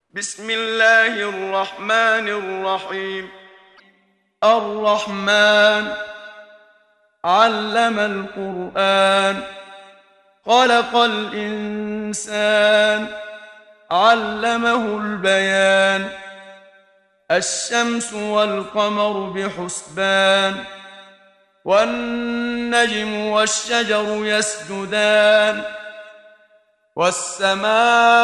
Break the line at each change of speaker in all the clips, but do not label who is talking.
بسم الله الرحمن الرحيم. الرحمن علم القرآن، خلق الإنسان، علمه البيان. الشمس والقمر بحسبان، والنجم والشجر يسجدان. والسماء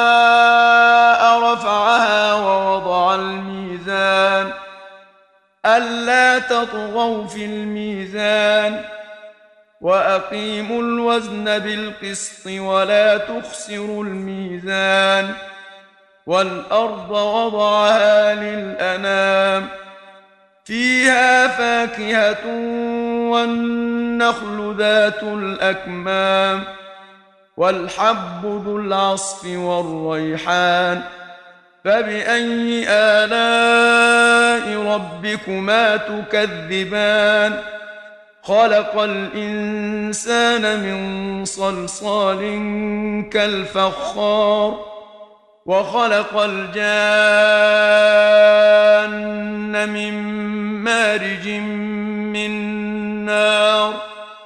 رفعها ووضع الميزان، ألا تطغوا في الميزان، وأقيموا الوزن بالقسط ولا تخسروا الميزان. والأرض وضعها للأنام، فيها فاكهة والنخل ذات الأكمام، والحب ذو العصف والريحان. فبأي آلاء ربكما تكذبان؟ خلق الإنسان من صلصال كالفخار، وخلق الجان من مارج من نار.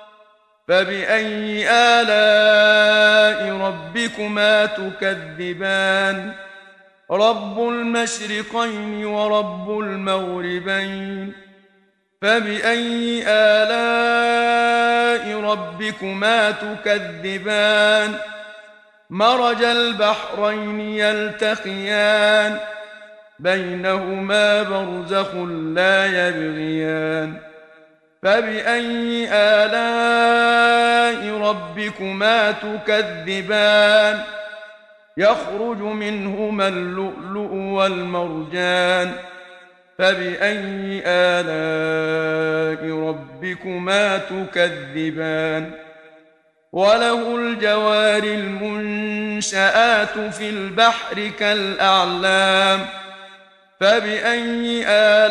فبأي آلاء ربكما تكذبان؟ رب المشرقين ورب المغربين. فبأي آلاء ربكما تكذبان؟ مرج البحرين يلتقيان، بينهما برزخ لا يبغيان. فبأي آلاء ربكما تكذبان؟ يخرج منهما اللؤلؤ والمرجان. فبأي آلاء ربكما تكذبان؟ وله الجوار المنشآت في البحر كالأعلام. فبأي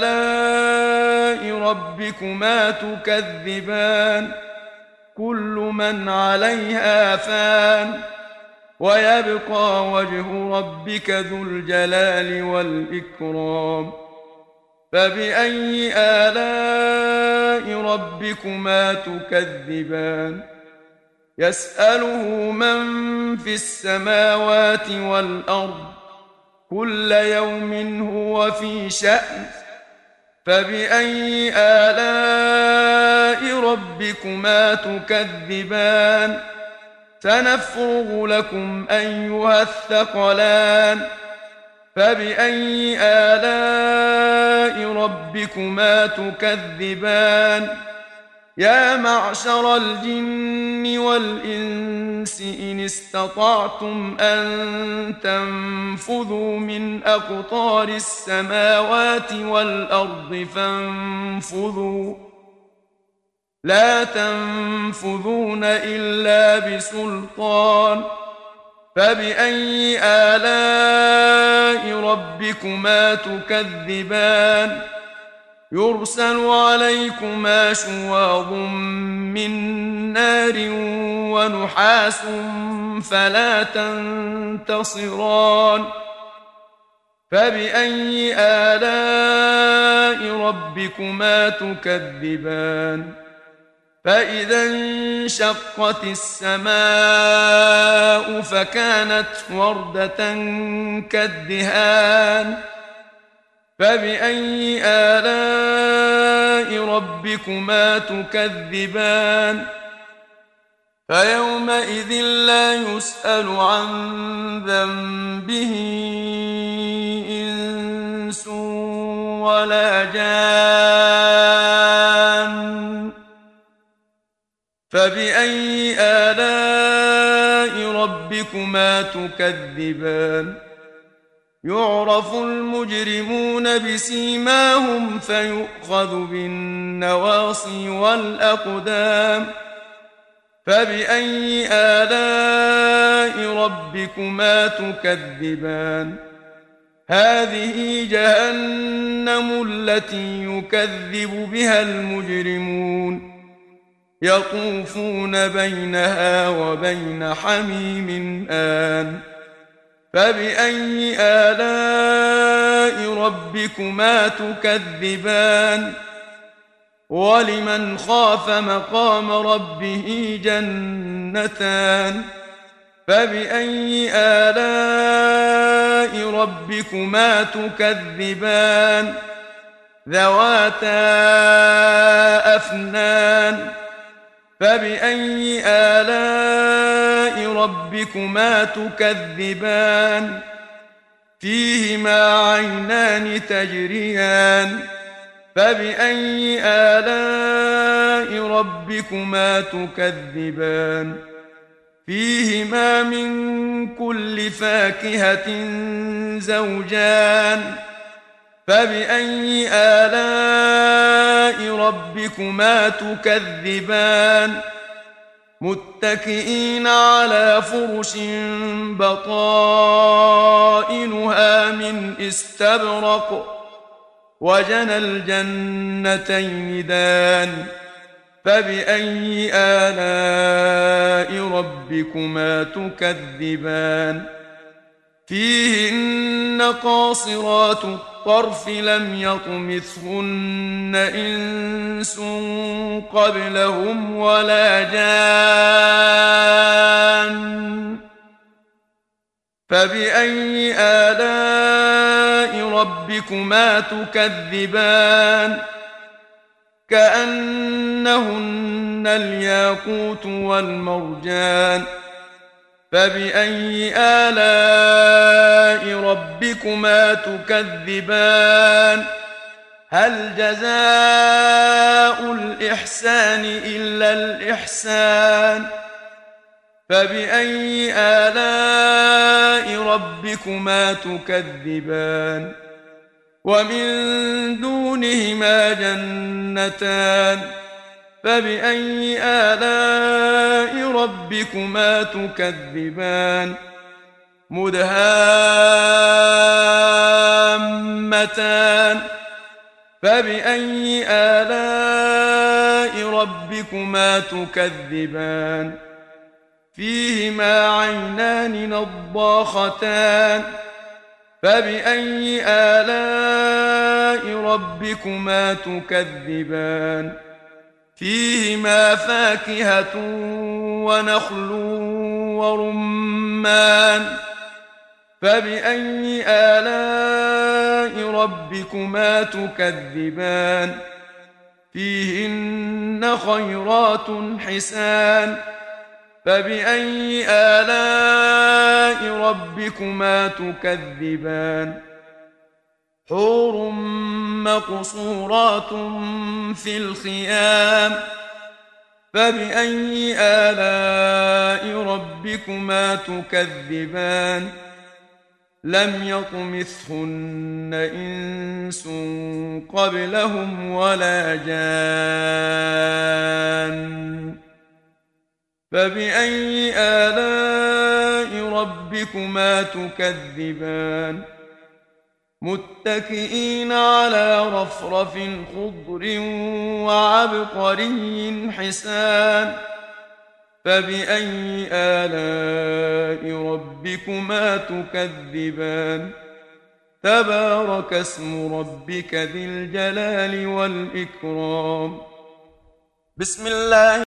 آلاء ربكما تكذبان؟ كل من عليها فان، ويبقى وجه ربك ذو الجلال والإكرام. فبأي آلاء ربكما تكذبان؟ يسأله من في السماوات والأرض، كل يوم هو في شأن. فبأي آلاء ربكما تكذبان؟ سنفرغ لكم أيها الثقلان. فبأي آلاء ربكما تكذبان؟ يا معشر الجن والإنس إن استطعتم أن تنفذوا من أقطار السماوات والأرض فانفذوا، لا تنفذون إلا بسلطان. فبأي آلاء ربكما تكذبان؟ يرسل عليكما شواظ من نار ونحاس فلا تنتصران. فبأي آلاء ربكما تكذبان؟ فإذا انشقت السماء فكانت وردة كالدهان. فبأي آلاء ربكما تكذبان؟ فيومئذ لا يسأل عن ذنبه إنس ولا جان. فبأي آلاء ربكما تكذبان؟ يعرف المجرمون بسيماهم فيؤخذ بالنواصي والأقدام. فبأي آلاء ربكما تكذبان؟ هذه جهنم التي يكذب بها المجرمون، يطوفون بينها وبين حميم آن. فبأي آلاء ربكما تكذبان ولمن خاف مقام ربه جنتان فبأي آلاء ربكما تكذبان ذواتا أفنان فبأي آلاء ربكما تكذبان فيهما عينان تجريان فبأي آلاء ربكما تكذبان فيهما من كل فاكهة زوجان فبأي آلاء ربكما تكذبان متكئين على فرش بطائنها من استبرق وجنى الجنتين دان فبأي آلاء ربكما تكذبان فيهن قاصرات الطرف لم يطمثهن إنس قبلهم ولا جان فبأي آلاء ربكما تكذبان كأنهن الياقوت والمرجان فبأي آلاء ربكما تكذبان هل جزاء الإحسان إلا الإحسان فبأي آلاء ربكما تكذبان ومن دونهما جنتان فبأي آلاء ربكما تكذبان مدهامتان فبأي آلاء ربكما تكذبان فيهما عينان نضاختان فبأي آلاء ربكما تكذبان فيهما فاكهة ونخل ورمان فبأي آلاء ربكما تكذبان فيهن خيرات حسان فبأي آلاء ربكما تكذبان حور مقصورات في الخيام فبأي آلاء ربكما تكذبان لم يطمثهن إنس قبلهم ولا جان فبأي آلاء ربكما تكذبان متكئين على رفرف خضر وعبقري حسان فبأي آلاء ربكما تكذبان تبارك اسم ربك ذي الجلال والإكرام بسم الله